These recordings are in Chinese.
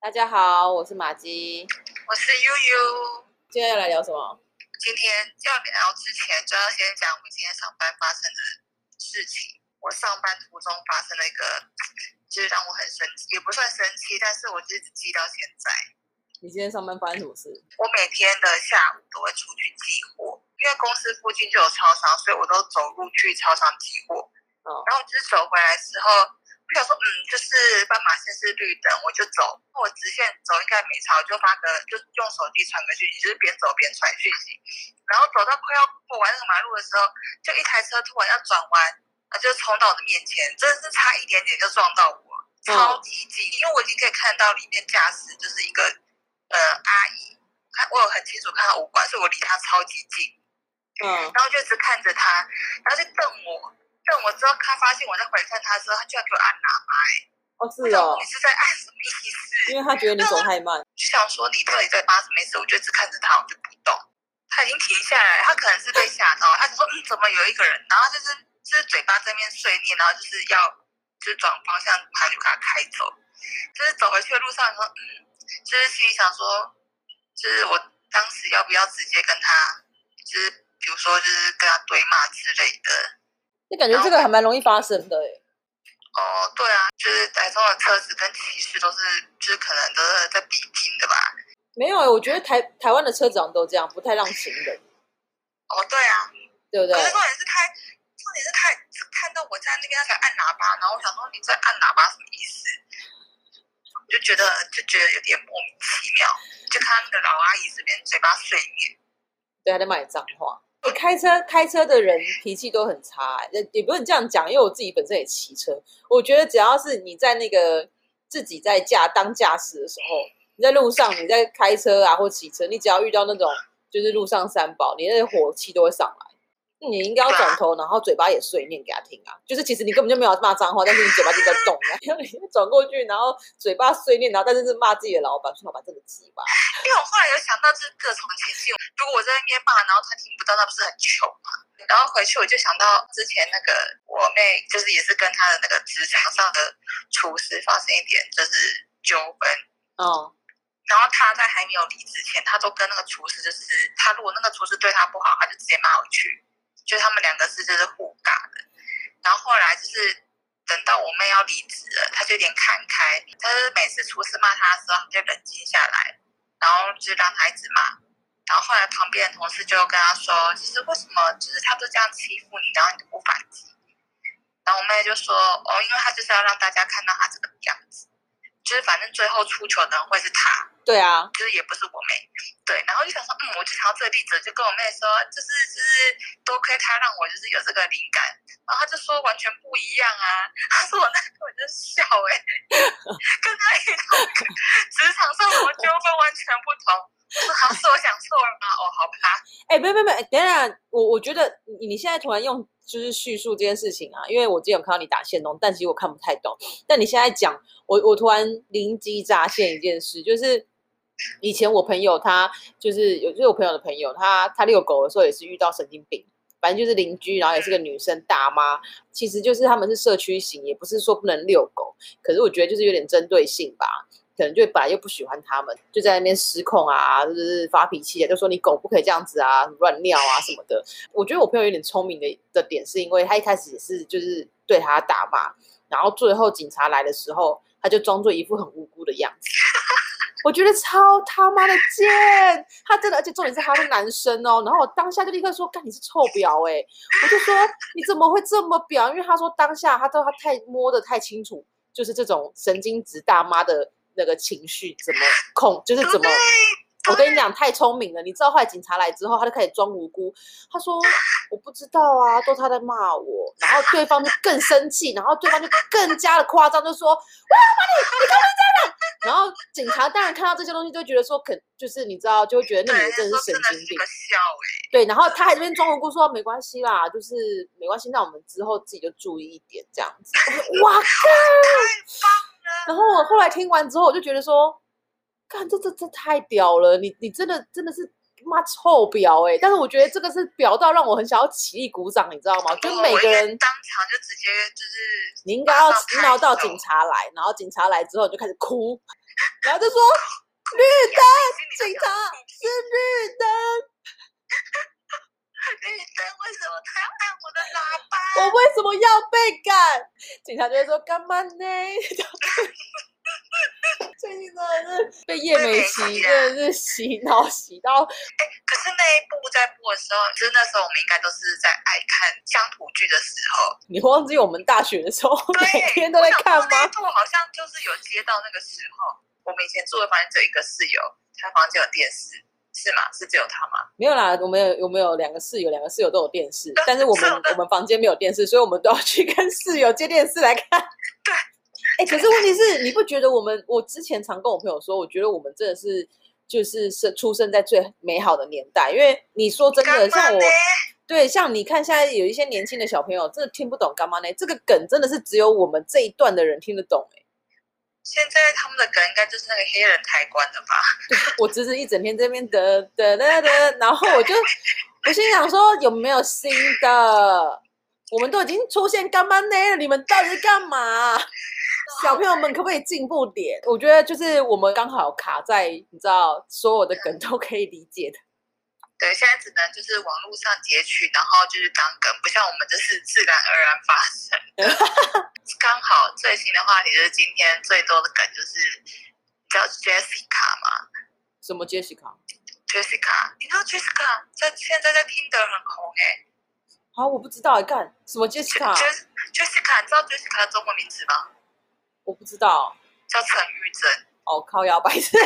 大家好，我是马基， 我是悠悠。 今天要来聊什么？ 今天要聊之前，就要先讲我们今天上班发生的事情。我上班途中发生了一个，就是让我很生气，也不算生气，但是我一直记到现在。 你今天上班发生什么事？ 我每天的下午都会出去寄货，因为公司附近就有超商，所以我都走路去超商寄货。然后就是走回来之后，我想说，就是斑马线是绿灯，我就走。我直线走应该没差，我就就用手机传个讯息，就是边走边传讯息。然后走到快要过完那个马路的时候，就一台车突然要转弯，就冲到我的面前，真的是差一点点就撞到我，超级近。因为我已经可以看到里面驾驶就是一个阿姨，我有很清楚看到五官，所以我离她超级近。然后就一直看着她，然后就瞪我之后，他发现我在回看他的时候，他居然给我按喇叭。 是哦， 你是在按什么意思？ 因为他觉得你走太慢， 就想说你到底在发什么意思？我就一直看着他，我就不动。他已经停下来，他可能是被吓到，他就说怎么有一个人？然后就是嘴巴在那边碎念，然后就是转方向盘就给他开走。就是走回去的路上说，就是心里想说，就是我当时要不要直接跟他，就是比如说就是跟他对骂之类的。 就感觉这个还蛮容易发生的对啊，就是台中的车子跟骑士就是可能都是在比拼的吧？ 没有我觉得台湾的车长都这样，不太让行人。 对啊， 对不对？ 可是重点是他看到我在那边才按喇叭，然后我想说你在按喇叭什么意思？就觉得有点莫名其妙，就看那个老阿姨这边嘴巴碎念， 对，还在骂你脏话。开车的人脾气都很差，也不是这样讲，因为我自己本身也骑车。我觉得只要是你在那个自己在当驾驶的时候，你在路上你在开车啊或骑车，你只要遇到那种就是路上三宝，你那个火气都会上来。你应该要转头，然后嘴巴也碎念给他听啊。就是其实你根本就没有骂脏话，但是你嘴巴就在动，然后你转过去，然后嘴巴碎念，然后但是骂自己的老板，说老板真的鸡巴。 因为我后来有想到就是各种情境，如果我在那边骂，然后他听不到，那不是很糗吗？然后回去我就想到之前那个我妹，就是也是跟她的那个职场上的厨师发生一点就是纠纷。然后他在还没有离职前，他都跟那个厨师，就是他如果那个厨师对他不好，他就直接骂回去，就他们两个就是互尬的。然后后来就是等到我妹要离职了，他就有点看开，但是每次厨师骂他的时候，他就冷静下来，然后就让他一直骂。然后后来旁边的同事就跟他说，其实为什么就是他都这样欺负你，然后你都不反击？然后我妹就说，因为他就是要让大家看到他这个样子，就是反正最后出糗的人会是他。 对啊， 就是也不是我妹。对，然后就想说，我就想到这个例子，就跟我妹说，就是多亏他让我就是有这个灵感。然后他就说完全不一样啊，他说我那根本就笑跟他遇到职场上什么纠纷完全不同。好，是我想错了吗？好吧。 没，等一下，我觉得你现在突然用就是叙述这件事情啊，因为我之前有看到你打线动，但其实我看不太懂。但你现在讲，我突然灵机乍现一件事，就是以前我朋友他就是我朋友的朋友，他遛狗的时候也是遇到神经病，反正就是邻居，然后也是个女生大妈，其实就是他们是社区型，也不是说不能遛狗，可是我觉得就是有点针对性吧。可能就本来就不喜欢他们，就在那边失控啊，就是发脾气啊，就说你狗不可以这样子啊，乱尿啊什么的。我觉得我朋友有点聪明的点，是因为他一开始也是就是对他大骂，然后最后警察来的时候，他就装作一副很无辜的样子。我觉得超他妈的贱，他真的，而且重点是他是男生哦。然后我当下就立刻说：“干，你是臭婊我就说：“你怎么会这么婊？”因为他说当下他摸得太清楚，就是这种神经质大妈的那个情绪怎么就是怎么。我跟你讲，太聪明了。你知道后来警察来之后，他就开始装无辜。他说：“我不知道啊，都他在骂我。”然后对方就更生气，然后对方就更加的夸张，就说：“我要骂你干嘛这样？”然后警察当然看到这些东西，就觉得说，就是你知道，就会觉得那女的真的是神经病。对，然后他还在那边装无辜说：“没关系啦，就是没关系，那我们之后自己就注意一点这样子。”哇靠！然后我后来听完之后，我就觉得说。干，这太屌了！你真的是妈臭婊但是我觉得这个是婊到让我很想要起立鼓掌，你知道吗？就每个人当场就直接就是你应该要闹到警察来，然后警察来之后你就开始哭， 然后就说绿灯，警察是绿灯。 绿灯为什么他要按我的喇叭？ 我为什么要被赶？警察就会说干嘛呢？最近真的是被叶美琪真的是洗脑洗到。 可是那一部在播的时候，就是那时候我们应该都是在爱看乡土剧的时候。 你忘记我们大学的时候每天都在看吗？ 那一部好像就是有接到那个时候，我们以前住的房间只有一个室友，他房间有电视。是吗？是只有他吗？ 没有啦，我们有2个室友，2个室友都有电视，但是我们房间没有电视，所以我们都要去跟室友借电视来看。 对， 可是问题是，你不觉得我之前常跟我朋友说，我觉得我们真的是就是出生在最美好的年代，因为你说真的，像我，对，像你看现在有一些年轻的小朋友，真的听不懂干嘛呢？这个梗真的是只有我们这一段的人听得懂现在他们的梗应该就是那个黑人抬棺的吧？ 我侄子一整天这边的，然后我心想说有没有新的？我们都已经出现干嘛呢了，你们到底是干嘛？小朋友们可不可以进步点？我觉得就是我们刚好卡在你知道所有的梗都可以理解的。 对，现在只能就是网络上截取，然后就是当梗，不像我们这是自然而然发生的。刚好最新的话题就是今天最多的梗就是叫 Jessica 嘛？ 什么 Jessica？ 你知道 Jessica 现在在Tinder很红好，我不知道干什么 Jessica？Jessica， 你知道 Jessica 的中文名字吗？ 我不知道， 叫陈玉珍。 哦，靠腰白痴。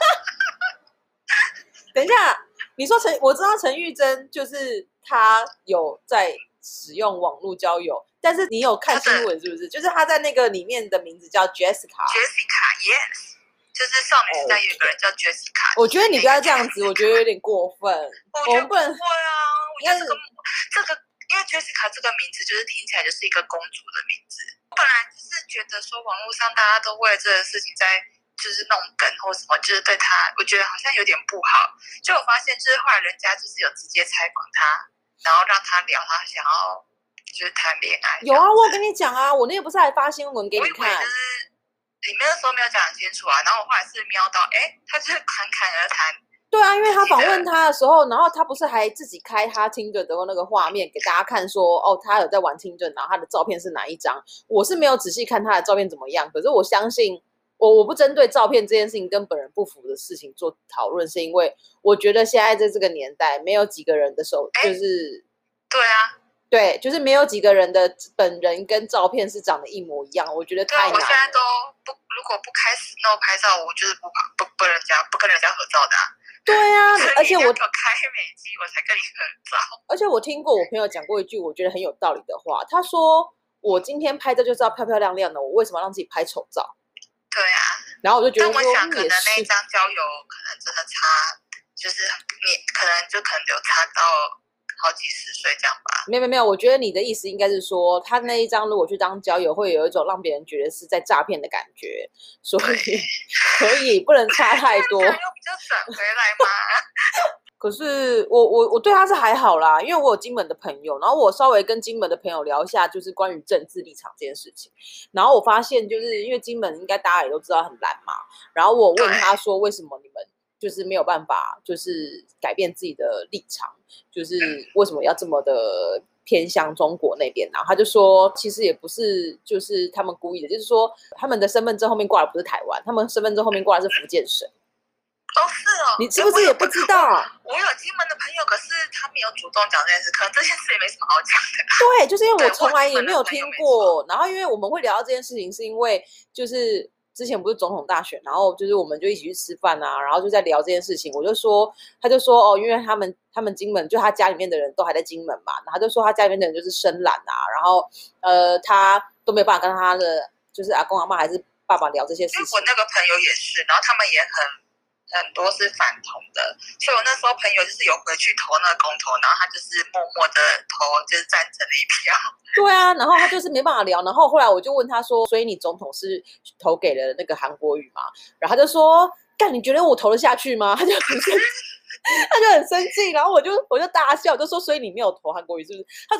等一下，你说我知道陈玉珍就是她有在使用网络交友，但是你有看新闻是不是？就是她在那个里面的名字叫 Jessica。Yes， 就是少女时代有一个人叫 Jessica。 我觉得你不要这样子，我觉得有点过分。 我们不能会啊，我觉得这个，因为 Jessica 这个名字就是听起来就是一个公主的名字。我本来就是觉得说网络上大家都为了这个事情在就是弄梗或什么，就是对他，我觉得好像有点不好。就我发现，就是后来人家就是有直接采访他，然后让他聊他想要就是谈恋爱。 有啊，我跟你讲啊，我那个不是还发新闻给你看？ 我以为就是你们那时候没有讲很清楚啊，然后我后来是瞄到，他就是侃侃而谈。 对啊，因为他访问他的时候，然后他不是还自己开他Tinder的那个画面给大家看说，哦，他有在玩Tinder，然后他的照片是哪一张？我是没有仔细看他的照片怎么样，可是我相信我不针对照片这件事情跟本人不符的事情做讨论，是因为我觉得现在在这个年代，没有几个人的手就是对啊。 对，就是没有几个人的本人跟照片是长得一模一样，我觉得太难了。 我现在都如果不开Snow拍照，我就是不跟人家合照的啊。 对啊，而且我开美肌，我才跟你合照。 而且我听过我朋友讲过一句我觉得很有道理的话，他说：“我今天拍照就是要漂漂亮亮的，我为什么要让自己拍丑照？” 对啊， 然后我就觉得说， 但我想可能那一张交友可能真的差，就是你可能有差到好几十岁这样吧。 没有，我觉得你的意思应该是说，他那一张如果去当交友，会有一种让别人觉得是在诈骗的感觉，所以不能差太多。 这样又比较省回来嘛。 可是我对他是还好啦，因为我有金门的朋友，然后我稍微跟金门的朋友聊一下，就是关于政治立场这件事情。然后我发现，就是因为金门应该大家也都知道很蓝嘛，然后我问他说，为什么你们就是没有办法，就是改变自己的立场，就是为什么要这么的偏向中国那边？然后他就说，其实也不是，就是他们故意的，就是说他们的身份证后面挂的不是台湾，他们身份证后面挂的是福建省。 是哦， 你是不是也不知道？ 我有金门的朋友，可是他没有主动讲这件事，可能这件事也没什么好讲的。 对，就是因为我从来也没有听过。然后因为我们会聊到这件事情，是因为就是之前不是总统大选，然后就是我们就一起去吃饭啊，然后就在聊这件事情。我就说，他就说哦，因为他们金门就他家里面的人都还在金门嘛，然后他就说他家里面的人就是深蓝啊，然后他都没有办法跟他的就是阿公阿嬷还是爸爸聊这些事情。 我那个朋友也是，然后他们也很多是反同的，所以我那时候朋友就是有回去投那个公投，然后他就是默默的投就是赞成的一票。 对啊，然后他就是没办法聊，然后后来我就问他说，所以你总统是投给了那个韩国瑜吗？然后他就说，干，你觉得我投得下去吗？他就很生气，他就很生气，然后我就大笑，我就说，所以你没有投韩国瑜是不是？他说，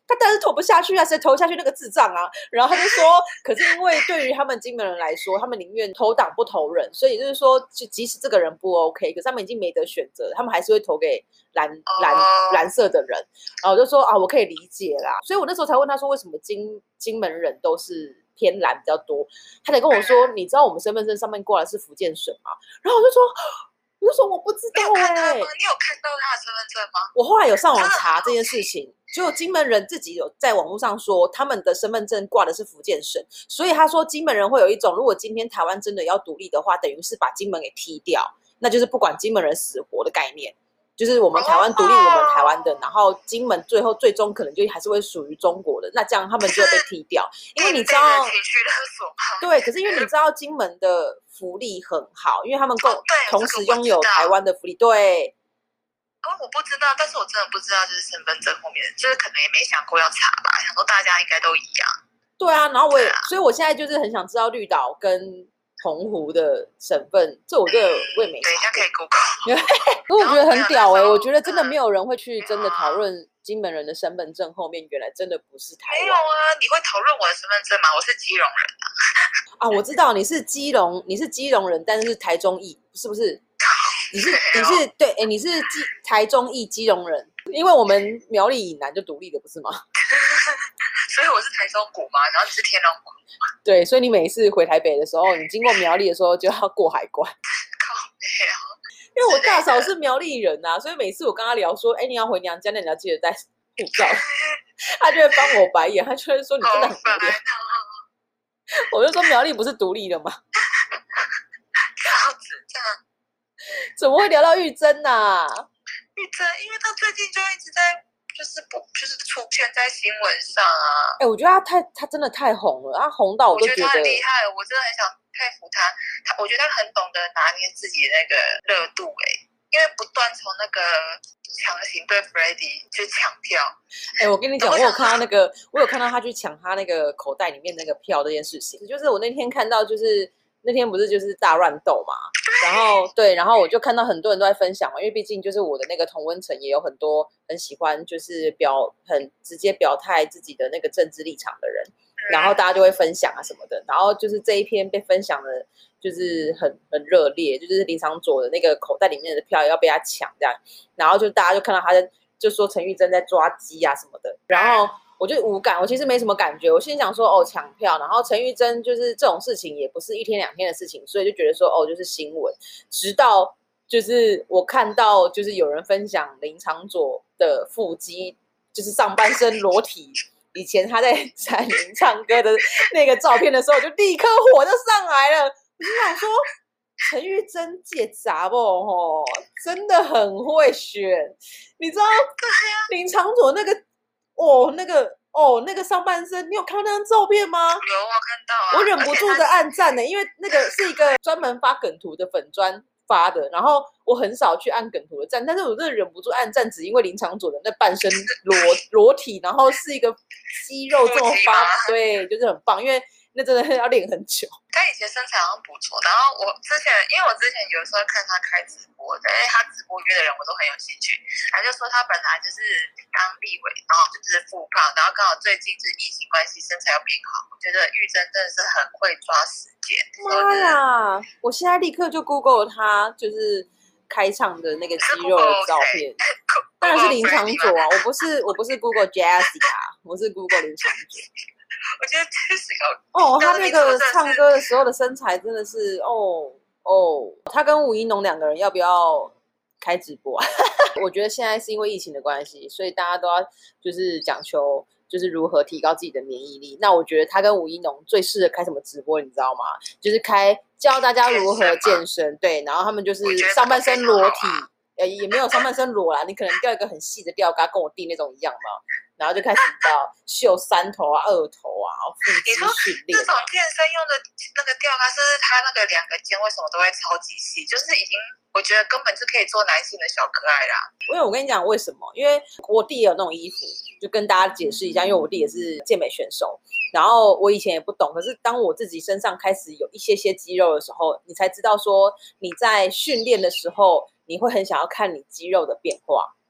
他当然是投不下去啊，谁投下去那个智障啊？然后他就说，可是因为对于他们金门人来说，他们宁愿投党不投人，所以就是说，就即使这个人不 OK， 可是他们已经没得选择，他们还是会投给蓝色的人。然后我就说啊，我可以理解啦，所以我那时候才问他说，为什么金门人都是偏蓝比较多？他才跟我说，你知道我们身份证上面挂的是福建省吗？然后我就说我不知道你有看到他的身份证吗？ 我后来有上网查这件事情，就金门人自己有在网络上说，他们的身份证挂的是福建省，所以他说金门人会有一种，如果今天台湾真的要独立的话，等于是把金门给踢掉，那就是不管金门人死活的概念。就是我们台湾独立，我们台湾的，然后金门最终可能就还是会属于中国的，那这样他们就会被踢掉。因为你知道，对，可是因为你知道金门的福利很好，因为他们同时拥有台湾的福利，对。 我不知道，但是我真的不知道，就是身份证后面，就是可能也没想过要查吧，想说大家应该都一样。 对啊，然后所以我现在就是很想知道绿岛跟澎湖的省份，这我也没查。 等一下可以 Google。 可我觉得很屌我觉得真的没有人会去真的讨论金门人的身份证后面原来真的不是台湾。 没有啊，你会讨论我的身份证吗？我是基隆人啊。我知道你是基隆人，但是台中裔，是不是？你是对，你是台中裔基隆人，因为我们苗栗以南就独立的，不是吗？ 所以我是台中古嘛，然后你是天龙古嘛。 对，所以你每次回台北的时候，你经过苗栗的时候就要过海关。 靠北啊！ 因为我大嫂是苗栗人啊，所以每次我跟她聊说，你要回娘家，那你要记得带护照。她就会帮我白眼，她就会说你真的很无聊。我就说苗栗不是独立的吗？ 超智障！ 怎么会聊到玉珍啊？ 玉珍，因为他最近就一直在就是出现在新闻上啊。 我觉得他真的太红了，他红到我都觉得他很厉害，我真的很想佩服他。我觉得他很懂得拿捏自己的那个热度因为不断从那个强行对 Freddie 去抢票。 我跟你讲，我有看到他去抢他那个口袋里面那个票这件事情，就是我那天看到就是那天不是就是大乱斗嘛，然后我就看到很多人都在分享嘛，因为毕竟就是我的那个同温层也有很多很喜欢就是很直接表态自己的那个政治立场的人，然后大家就会分享啊什么的，然后就是这一篇被分享的就是很热烈，就是林昶佐的那个口袋里面的票要被他抢这样，然后就大家就看到他就说陈玉珍在抓鸡啊什么的，然后我就无感，我其实没什么感觉。我心想说，抢票，然后陈玉珍就是这种事情也不是1天2天的事情，所以就觉得说，就是新闻。直到就是我看到就是有人分享林昶佐的腹肌，就是上半身裸体，以前他在彩铃唱歌的那个照片的时候，就立刻火就上来了。我就想说，陈玉珍姐杂不真的很会选，你知道林昶佐那个。那个上半身，你有看到那张照片吗？有， 我看到啊。 我忍不住的按赞因为那个是一个专门发梗图的粉专发的，然后我很少去按梗图的赞，但是我真的忍不住按赞，只因为林昶佐的那半身裸体，然后是一个肌肉这么发，对，就是很棒，因为那真的要练很久。 他以前身材好像不错，然后因为我之前有时候看他开直播，因为他直播约的人我都很有兴趣。他就说他本来就是当立委，然后就是复胖，然后刚好最近是疫情关系身材又变好。我觉得玉珍真的是很会抓时间。 妈呀！我现在立刻就 Google 他就是开唱的那个肌肉的照片，当然是林昶佐啊！我不是 Google Jessica， 我是 Google 林昶佐。 我觉得这是他那个唱歌的时候的身材真的是他跟吴一农2个人要不要开直播啊？我觉得现在是因为疫情的关系，所以大家都要就是讲求就是如何提高自己的免疫力。那我觉得他跟吴一农最适合开什么直播，你知道吗？就是教大家如何健身，对，然后他们就是上半身裸体，也没有上半身裸啦，你可能吊一个很细的吊嘎，跟我弟那种一样嘛。然后就开始秀3头啊、2头啊，腹肌训练。 这种健身用的那个吊嘎，是他那个2个肩为什么都会超级细？就是已经我觉得根本是可以做男性的小可爱啦。 因为我跟你讲为什么？因为我弟也有那种衣服，就跟大家解释一下。因为我弟也是健美选手，然后我以前也不懂，可是当我自己身上开始有一些肌肉的时候，你才知道说你在训练的时候，你会很想要看你肌肉的变化。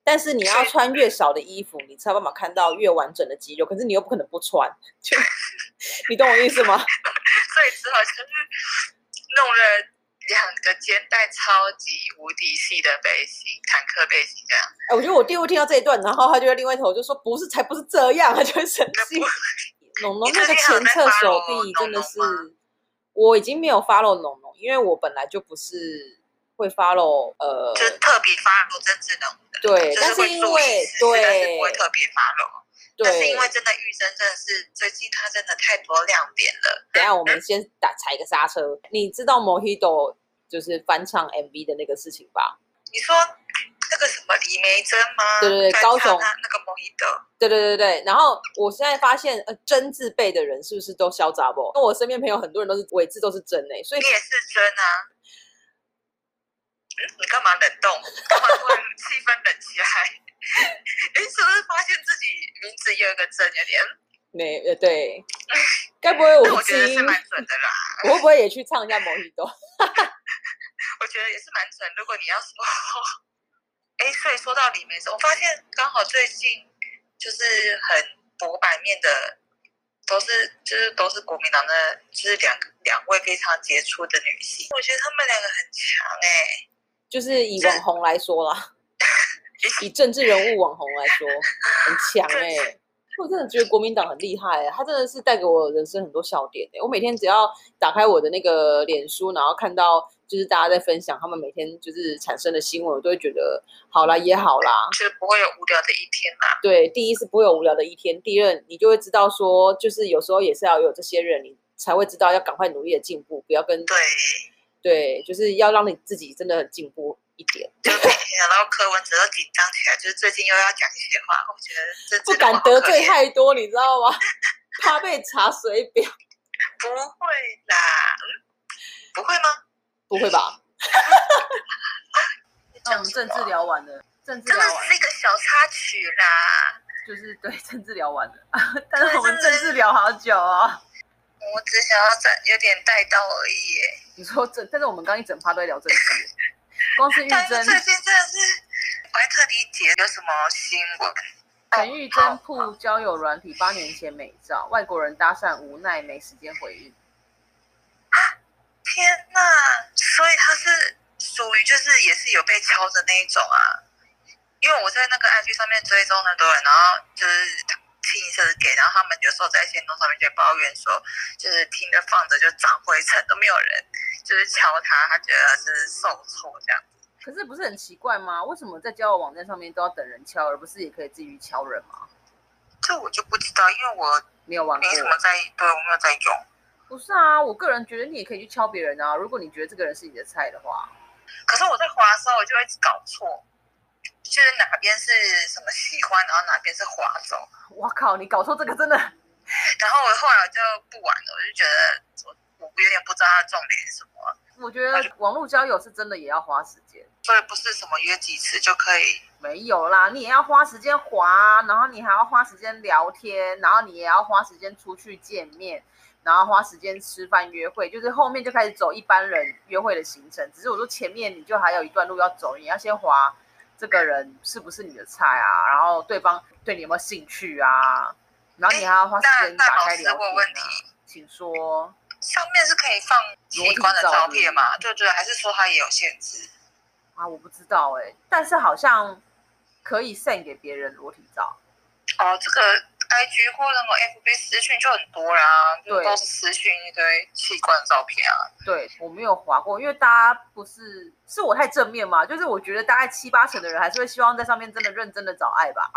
但是你要穿越少的衣服，你才有办法看到越完整的肌肉。可是你又不可能不穿，就你懂我意思吗？ 所以只好就是弄了2个肩带超级无敌细的背心，坦克背心这样。 我觉得我弟会听到这一段，然后他就会另外一头就说不是，才不是这样，他就会生气。农农那个前侧手臂真的是，我已经没有 follow 农农，因为我本来就不是会 follow 就是特别 follow 郑志龙的， 对， 但是因为对， 但是不会特别 follow。 对， 但是因为真的玉珍真的是最近他真的太多亮点了。 等一下我们先踩个刹车，你知道 Mojito 就是翻唱 MV 的那个事情吧？ 你说那个什么李梅珍吗？ 对对对，高雄那个 Mojito。 对。然后我现在发现，真字辈的人是不是都嚣张不？那我身边朋友很多人都是伪字都是真所以你也是真啊？你干嘛冷冻？干嘛突然气氛冷起来？是不是发现自己名字也有个真，有点对，该不会我觉得是蛮准的啦。 我会不会也去唱一下 Mojito？ 我觉得也是蛮准。如果你要说，所以说到李梅珍，我发现刚好最近就是很博版面的，都是国民党的，就是两位非常杰出的女性，我觉得她们2个很强就是以网红来说啦，以政治人物网红来说，很强我真的觉得国民党很厉害他真的是带给我人生很多笑点我每天只要打开我的那个脸书，然后看到就是大家在分享他们每天就是产生的新闻，我都会觉得好啦也好啦， 就是不会有无聊的一天啦。 对，第一是不会有无聊的一天，第二你就会知道说，就是有时候也是要有这些人，你才会知道要赶快努力的进步，不要跟对，就是要让你自己真的很进步一点。 就每天想到柯文哲都紧张起来，就是最近又要讲一些话，我觉得不敢得罪太多，你知道吗？怕被查水表。 不会啦，不会吗？ 不会吧？那我们政治聊完了， 真的是一个小插曲啦。 就是对政治聊完了，但是我们政治聊好久我只想要有点带到而已你说但是我们刚一整趴都在聊政治，光是玉珍最近真的是，我还特地解有什么新闻。 陈玉珍铺交友软体8年前美照，外国人搭讪无奈没时间回应。 天哪！所以他是属于就是也是有被敲的那一种啊。因为我在那个 IG 上面追踪很多人，然后就是清一色的给，然后他们有时候在线动上面就抱怨说，就是听着放着就长灰尘，都没有人就是敲他觉得是受挫这样。 可是不是很奇怪吗？为什么在交友网站上面都要等人敲，而不是也可以自己去敲人吗？ 这我就不知道，因为我没有玩过， 没什么对，我没有在用。 不是啊，我个人觉得你也可以去敲别人啊，如果你觉得这个人是你的菜的话。 可是我在滑的时候，我就会一直搞错，就是哪边是什么喜欢，然后哪边是滑走。 哇靠，你搞错这个真的。 然后我后来就不玩了，我就觉得我有点不知道它的重点是什么。 我觉得网络交友是真的也要花时间， 所以不是什么约几次就可以。 没有啦，你也要花时间滑，然后你还要花时间聊天，然后你也要花时间出去见面，然后花时间吃饭约会，就是后面就开始走一般人约会的行程。只是我说前面你就还有一段路要走，你要先滑这个人是不是你的菜啊，然后对方对你有没有兴趣啊，然后你还要花时间打开聊天请说。 上面是可以放器官的照片吗？对，还是说它也有限制啊？我不知道但是好像可以 send 给别人裸体照。 这个 IG 或那个 FB 私讯就很多啦，就都是私讯一堆器官的照片啊。 对，我没有滑过，因为大家不是我太正面嘛，就是我觉得大概7、8成的人还是会希望在上面真的认真的找爱吧。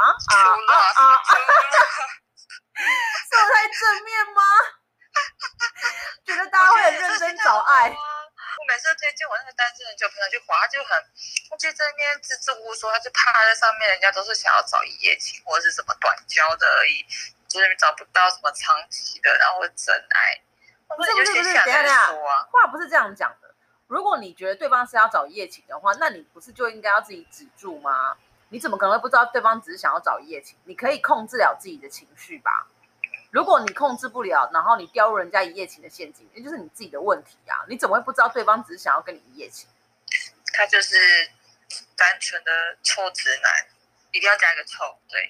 是我太正面吗？觉得大家会很认真找爱。 我每次推荐我那个单身的朋友去滑，他就在那边支支吾吾说，他就趴在上面，人家都是想要找一夜情或者是什么短交的而已，就是找不到什么长期的，然后真爱。 不是，等一下，话不是这样讲的。如果你觉得对方是要找一夜情的话，那你不是就应该要自己止住吗？你怎么可能会不知道对方只是想要找一夜情？你可以控制了自己的情绪吧。如果你控制不了，然后你掉入人家一夜情的陷阱，那就是你自己的问题啊！你怎么会不知道对方只是想要跟你一夜情？ 他就是单纯的臭直男。 一定要加一个臭，对。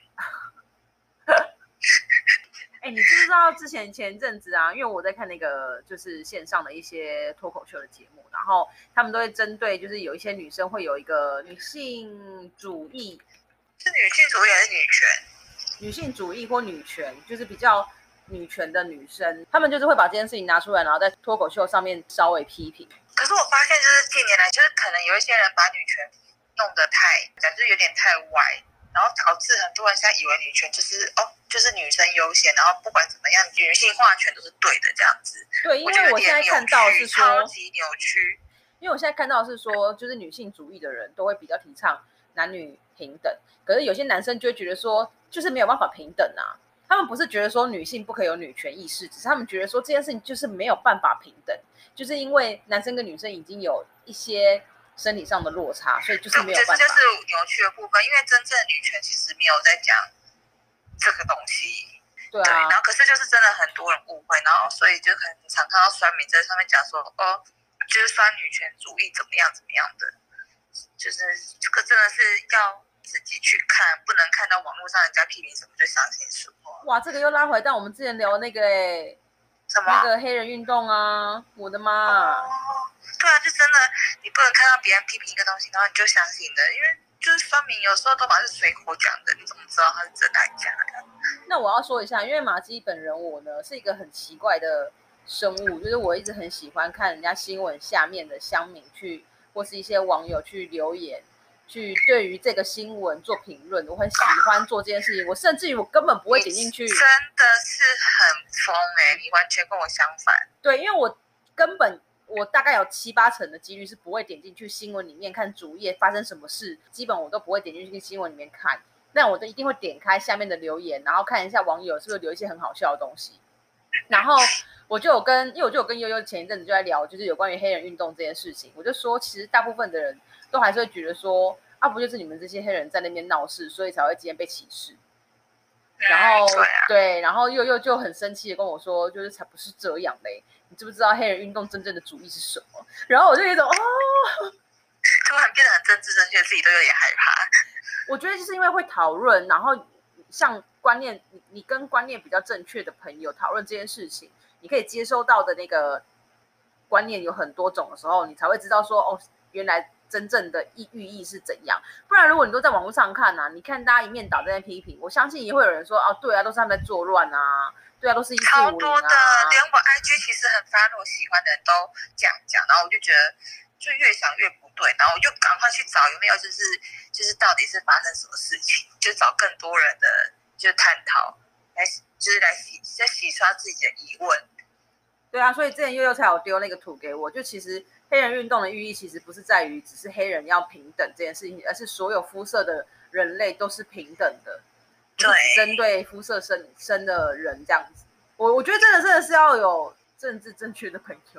哎，你知不知道前一阵子啊，因为我在看那个就是线上的一些脱口秀的节目，然后他们都会针对就是有一些女生会有一个女性主义， 是女性主义还是女权？ 女性主义或女权，就是比较女权的女生，他们就是会把这件事情拿出来，然后在脱口秀上面稍微批评。 可是我发现，就是近年来，就是可能有一些人把女权弄得太，就是有点太歪，然后导致很多人现在以为女权就是女生优先，然后不管怎么样，女性化权都是对的这样子。 对，因为我现在看到是说超级扭曲。 因为我现在看到是说，就是女性主义的人都会比较提倡男女平等，可是有些男生就会觉得说，就是没有办法平等啊。他们不是觉得说女性不可以有女权意识，只是他们觉得说这件事情就是没有办法平等，就是因为男生跟女生已经有一些生理上的落差，所以就是没有办法。 这就是扭曲的部分，因为真正的女权其实没有在讲这个东西。 对啊。 然后可是就是真的很多人误会，然后所以就很常看到酸民在上面讲说，就是酸女权主义怎么样的，就是这个真的是要自己去看，不能看到网络上人家批评什么就相信什么。 哇，这个又拉回到我们之前聊那个什么那个黑人运动啊，我的妈！ 对啊，就真的你不能看到别人批评一个东西，然后你就相信的，因为就是酸民有时候都把是随口讲的，你怎么知道他是真的还是假的？ 那我要说一下，因为马基本人我呢是一个很奇怪的生物，就是我一直很喜欢看人家新闻下面的乡民去，或是一些网友去留言，去对于这个新闻做评论，我很喜欢做这件事情。我甚至于我根本不会点进去， 真的是很疯你完全跟我相反。 对，因为我大概有7、8成的几率是不会点进去新闻里面看主页发生什么事，基本我都不会点进去新闻里面看。那我都一定会点开下面的留言，然后看一下网友是不是留一些很好笑的东西。然后因为我就有跟悠悠前一阵子就在聊，就是有关于黑人运动这件事情。我就说，其实大部分的人都还是会觉得说，不就是你们这些黑人在那边闹事，所以才会今天被歧视。然后对，然后悠悠就很生气的跟我说，就是才不是这样嘞，你知不知道黑人运动真正的主义是什么？然后我就有一种突然变得很政治正确，自己都有点害怕。 我觉得就是因为会讨论，然后像观念，你跟观念比较正确的朋友讨论这件事情，你可以接收到的那个观念有很多种的时候，你才会知道说原来真正的寓意是怎样。不然如果你都在网络上看啊，你看大家一面倒在那批评，我相信也会有人说对啊，都是他们在作乱啊，对啊，都是1450啊。 超多的，连我 IG 其实很follow喜欢的人都这样讲，然后我就觉得就越想越不对，然后我就赶快去找有没有就是到底是发生什么事情，就找更多人的就探讨，来洗刷自己的疑问。 对啊，所以之前悠悠才有丢那个图给我，就其实黑人运动的寓意其实不是在于只是黑人要平等这件事情，而是所有肤色的人类都是平等的，不是只针对肤色深的人这样子。我觉得真的是要有政治正确的朋友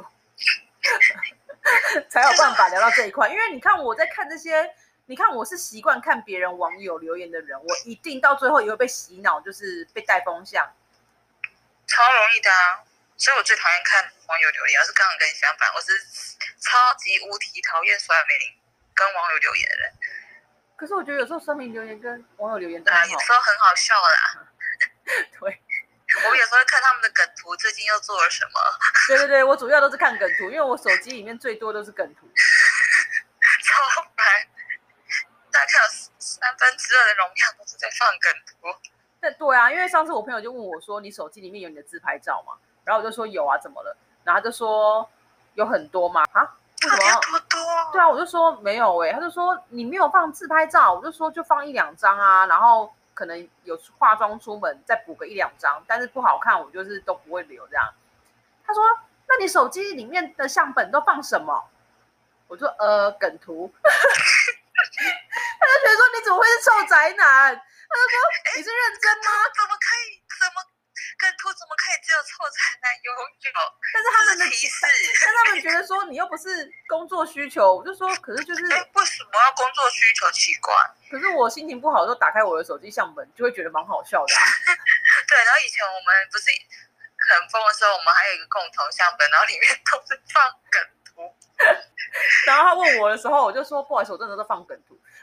才有办法聊到这一块。因为你看我在看这些，你看我是习惯看别人网友留言的人，我一定到最后也会被洗脑，就是被带风向， 超容易的啊。所以我最讨厌看网友留言，而是刚好跟你相反，我是超级无敌讨厌酸民跟网友留言的人。 可是我觉得有时候酸民留言跟网友留言都很好， 有时候很好笑啦。 对， 我有时候会看他们的梗图，最近又做了什么。 对对对，我主要都是看梗图，因为我手机里面最多都是梗图。 超烦，大概有2/3的容量都是在放梗图。 对啊，因为上次我朋友就问我说：“你手机里面有你的自拍照吗？”然后我就说有啊，怎么了？然后他就说有很多吗？为什么？ 多？ 对啊，我就说没有他就说你没有放自拍照，我就说就放1、2张啊，然后可能有化妆出门再补个1、2张，但是不好看我就是都不会留这样。他说那你手机里面的相本都放什么？我说梗图。他就觉得说你怎么会是臭宅男？他就说你是认真吗？ 梗图怎么可以只有臭宅男拥有？ 但是他们的歧视， 但他们觉得说你又不是工作需求，我就说可是就是为什么要工作需求？奇怪。 可是我心情不好的时候打开我的手机相本，就会觉得蛮好笑的对，然后以前我们不是很疯的时候，我们还有一个共同相本，然后里面都是放梗图。 然后他问我的时候，我就说不好意思，我真的都放梗图。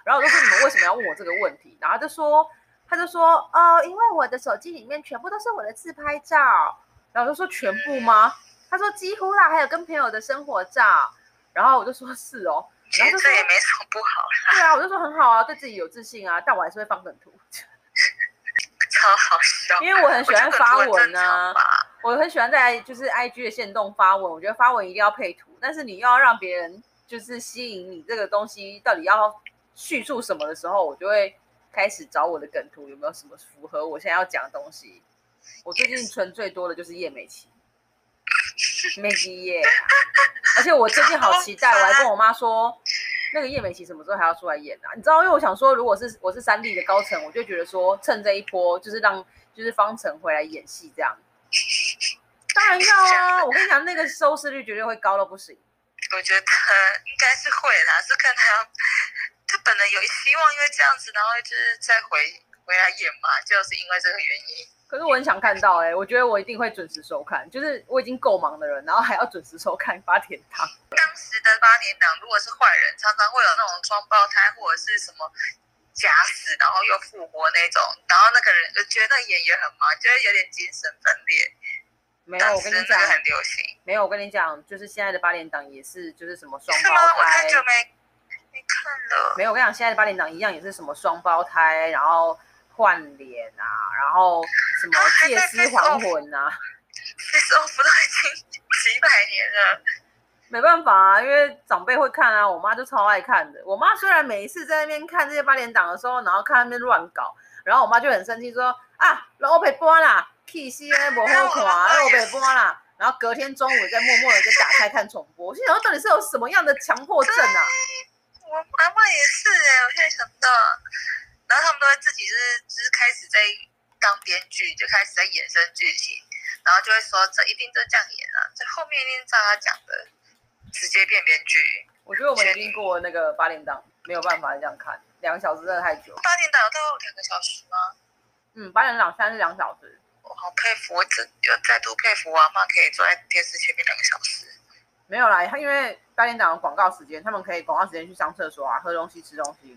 然后我就说你们为什么要问我这个问题？然后他就说因为我的手机里面全部都是我的自拍照。然后我就说全部吗？他说几乎啦，还有跟朋友的生活照。然后我就说是哦。 其实这也没什么不好啦。 对啊，我就说很好啊，对自己有自信啊，但我还是会放梗图。 超好笑， 因为我很喜欢发文啊，我很喜欢在就是 IG 的限动发文，我觉得发文一定要配图，但是你又要让别人就是吸引你这个东西到底要叙述什么的时候，我就会开始找我的梗图有没有什么符合我现在要讲的东西。我最近存最多的就是叶美琪，美琪叶，而且我最近好期待，我还跟我妈说。那个叶美琪什么时候还要出来演啊？你知道，因为我想说，如果我是三立的高层，我就觉得说，趁这一波，就是让就是方程回来演戏这样。当然要啊！我跟你讲，那个收视率绝对会高到不行。 我觉得应该是会啦，是看他本来有希望，因为这样子，然后就是再回来演嘛，就是因为这个原因。 可是我很想看到我觉得我一定会准时收看，就是我已经够忙的人，然后还要准时收看八点档。 当时的八点档如果是坏人，常常会有那种双胞胎或者是什么假死然后又复活那种，然后那个人就觉得那演员很忙，就会有点精神分裂。 没有，我跟你讲， 很流行。 没有，我跟你讲，就是现在的八点档也是，就是什么双胞胎。 是吗？我太久没看了。 没有，我跟你讲，现在的八点档一样也是什么双胞胎，然后换脸啊，然后什么借尸还魂啊。 Face Off 都已经几百年了。 没办法啊，因为长辈会看啊，我妈就超爱看的。我妈虽然每一次在那边看这些八点档的时候，然后看那边乱搞，然后我妈就很生气说啊，老北播啦，屁戏呢不好看，老北播啦。然后隔天中午再默默的就打开看重播。我心想到底是有什么样的强迫症啊？ 我阿嬷也是我现在想到，然后他们都会自己就是开始在当编剧，就开始在衍生剧情，然后就会说这一定就这样演啊，这后面一定照他讲的。直接变编剧， 我觉得我们已经过了那个八点档，没有办法这样看，2个小时真的太久。 八点档有到2个小时吗？ 八点档现在是2小时。 我好佩服，我再度佩服我阿嬷可以坐在电视前面2个小时。 没有啦，因为八点档的广告时间，他们可以广告时间去上厕所啊，喝东西、吃东西。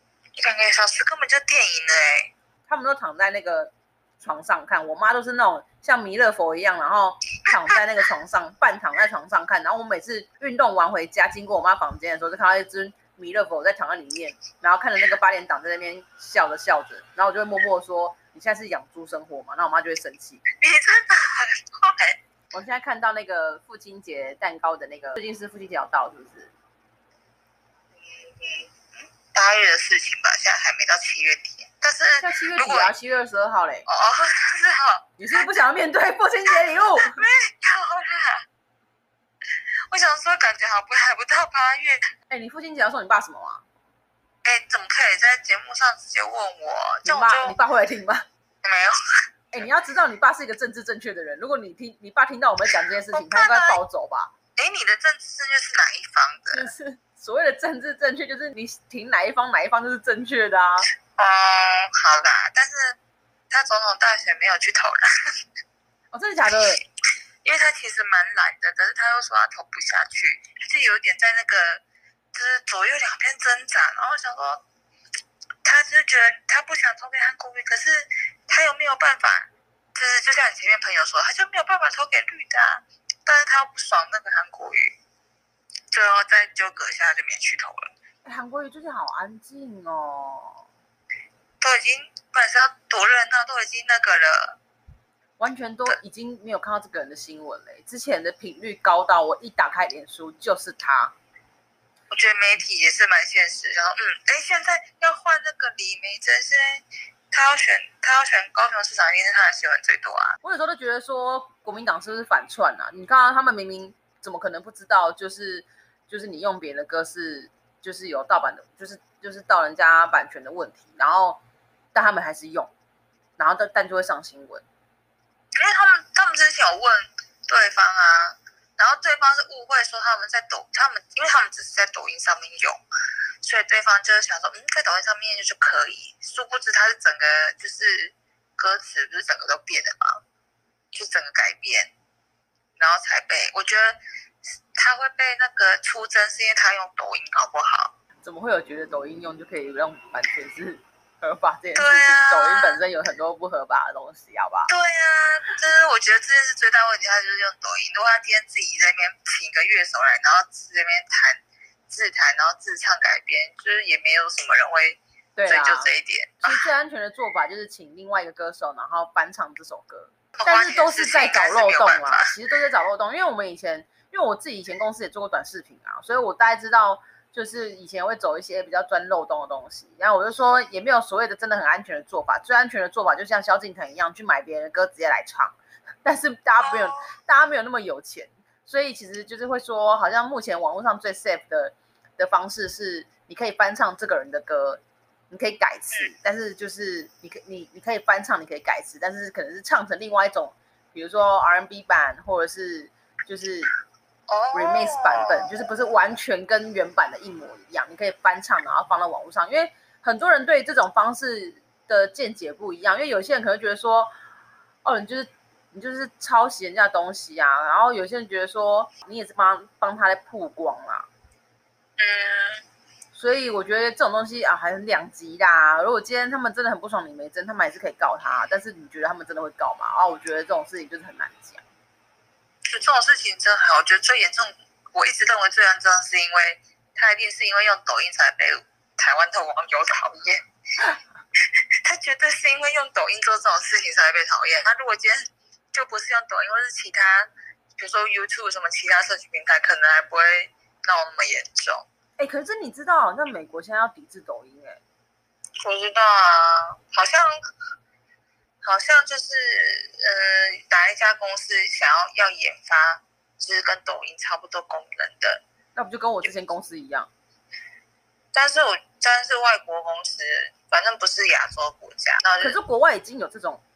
2个小时根本就电影了他们都躺在那个床上看，我妈都是那种像弥勒佛一样，然后躺在那个床上，半躺在床上看。然后我每次运动完回家，经过我妈房间的时候，就看到一只弥勒佛在躺在里面，然后看着那个八点档在那边笑着，然后我就会默默说：“你现在是养猪生活嘛？”那我妈就会生气。 你真的很坏。 我现在看到那个父亲节蛋糕的那个，最近是父亲节要到，是不是 ？8月的事情吧，现在还没到7月底。但是在7月底啊，7月22号嘞。 是哦。 你是不是不想面对父亲节礼物？ 没有啦。我想说，感觉还不到8月。 你父亲节要送你爸什么啊？ 怎么可以在节目上直接问我？ 你爸会来听吗？ 没有。 你要知道，你爸是一个政治正确的人。如果你爸听到我们讲这件事情，他应该暴走吧？ 你的政治正确是哪一方的？ 就是所谓的政治正确，就是你挺哪一方，哪一方就是正确的啊。 好啦，但是他总统大选没有去投啦。 真的假的？ 因为他其实蛮懒的，可是他又说他投不下去，他就有点在那个就是左右两边挣扎，然后想说他就是觉得他不想投给韩国瑜，可是他又没有办法，就像你前面朋友说，他就没有办法投给绿的但是他又不爽那个韩国瑜，最后再纠葛下就没去投了。 韩国瑜最近好安静哦， 都已经本来是要多热闹，都已经那个了。 完全都已经没有看到这个人的新闻了。之前的频率高到我一打开脸书就是他。 我觉得媒体也是蛮现实，然后现在要换那个李眉蓁，现在他要选高雄市长，一定是他的新闻最多啊。 我有时候都觉得说国民党是不是反串啊？你看他们明明怎么可能不知道，就是你用别人的歌是就是有盗版的，就是盗人家版权的问题，然后但他们还是用，然后但就会上新闻。 因为他们之前有问对方啊，然后对方是误会说他们因为他们只是在抖音上面用，所以对方就是想说，在抖音上面就可以，殊不知他是整个就是歌词不是整个都变了嘛，就整个改变，然后才被我觉得他会被那个出征，是因为他用抖音好不好？ 怎么会有觉得抖音用就可以让版权是合法这件事情？抖音本身有很多不合法的东西，好不好？ 对啊，就是我觉得这件事最大问题，他就是用抖音。如果他今天自己在那边请一个乐手来，然后这边自弹，然后自唱改编，就是也没有什么人会追究这一点。 其实最安全的做法就是请另外一个歌手，然后翻唱这首歌。但是都是在找漏洞啦，其实都在找漏洞。因为我们以前，因为我自己以前公司也做过短视频啊，所以我大概知道，就是以前会走一些比较钻漏洞的东西。然后我就说，也没有所谓的真的很安全的做法。最安全的做法就像萧敬腾一样，去买别人的歌直接来唱。但是大家没有那么有钱，所以其实就是会说，好像目前网络上最 safe 的方式是，你可以翻唱这个人的歌。你可以改词，但是就是你可以翻唱，你可以改词，但是可能是唱成另外一种，比如说 R&B 版，或者是就是 remix 版本，就是不是完全跟原版的一模一样。你可以翻唱，然后放到网络上，因为很多人对这种方式的见解不一样。因为有些人可能觉得说，哦，你就是抄袭人家的东西啊，然后有些人觉得说，你也是帮他在曝光啦。所以我觉得这种东西啊，还很两极啦。如果今天他们真的很不爽李梅珍，他们还是可以告他。但是你觉得他们真的会告吗？啊，我觉得这种事情就是很难讲。 就这种事情真的好，我觉得最严重，我一直认为最严重的是因为他一定是因为用抖音才被台湾的网友讨厌。他绝对是因为用抖音做这种事情才会被讨厌。他如果今天就不是用抖音，或是其他，比如说 YouTube 什么其他社群平台，可能还不会闹那么严重。 可是你知道，好像美国现在要抵制抖音我知道啊，好像就是哪一家公司想要研发，就是跟抖音差不多功能的， 那不就跟我之前公司一样？ 但是外国公司，反正不是亚洲国家。 可是国外已经有这种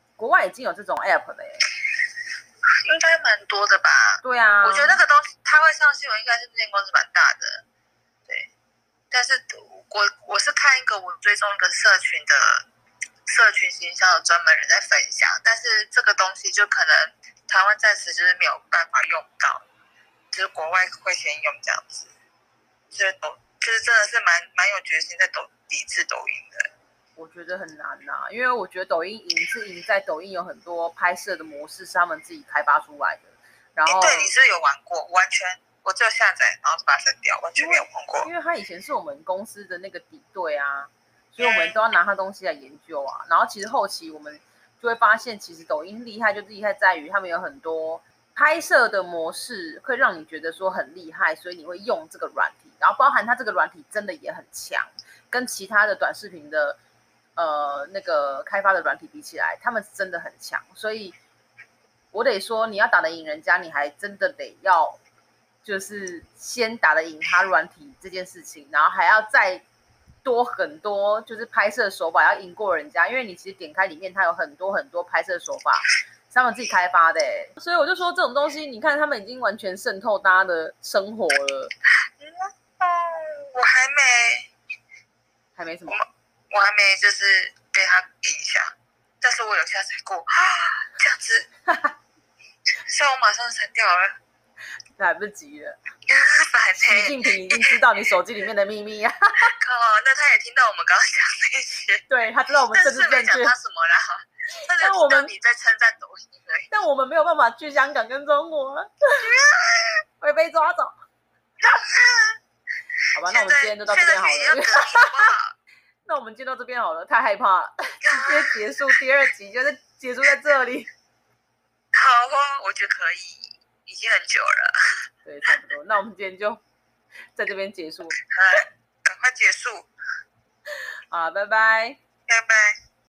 app 了耶。 应该蛮多的吧？ 对啊， 我觉得那个东西它会上新闻，应该是这间公司蛮大的。对，但是我是看一个我追踪一个社群行销的专门人在分享，但是这个东西就可能台湾暂时就是没有办法用到，就是国外会先用这样子，就是真的是蛮有决心在抵制抖音的。 我觉得很难呐，因为我觉得抖音赢在抖音有很多拍摄的模式是他们自己开发出来的。然后对，你是有玩过？完全我只有下载，然后把它删掉，完全没有玩过。 因为他以前是我们公司的那个敌对啊，所以我们都要拿他东西来研究啊。然后其实后期我们就会发现，其实抖音厉害就厉害在于他们有很多拍摄的模式，会让你觉得说很厉害，所以你会用这个软体。然后包含它这个软体真的也很强，跟其他的短视频的那个开发的软体比起来，他们真的很强。所以我得说，你要打得赢人家，你还真的得要就是先打得赢他软体这件事情，然后还要再多很多，就是拍摄手法要赢过人家。因为你其实点开里面，它有很多很多拍摄手法是他们自己开发的所以我就说这种东西，你看他们已经完全渗透大家的生活了。 我还没什么？ 我还没就是被他影响，但是我有下载过这样子，所以我马上删掉了。 来不及了， 习近平已经知道你手机里面的秘密啊！ 靠，那他也听到我们刚刚讲那些， 对他知道我们政治正确。 但是没讲他什么啦？但我们你在称赞抖音而已。 但我们没有办法去香港跟中国，会被抓走。好吧，那我们今天就到这边好了。那我们今天到这边好了，太害怕了，直接结束第2集，就是结束在这里。 好哦，我觉得可以，已经很久了。 对，差不多。那我们今天就在这边结束。 赶快结束。 好，拜拜。 拜拜。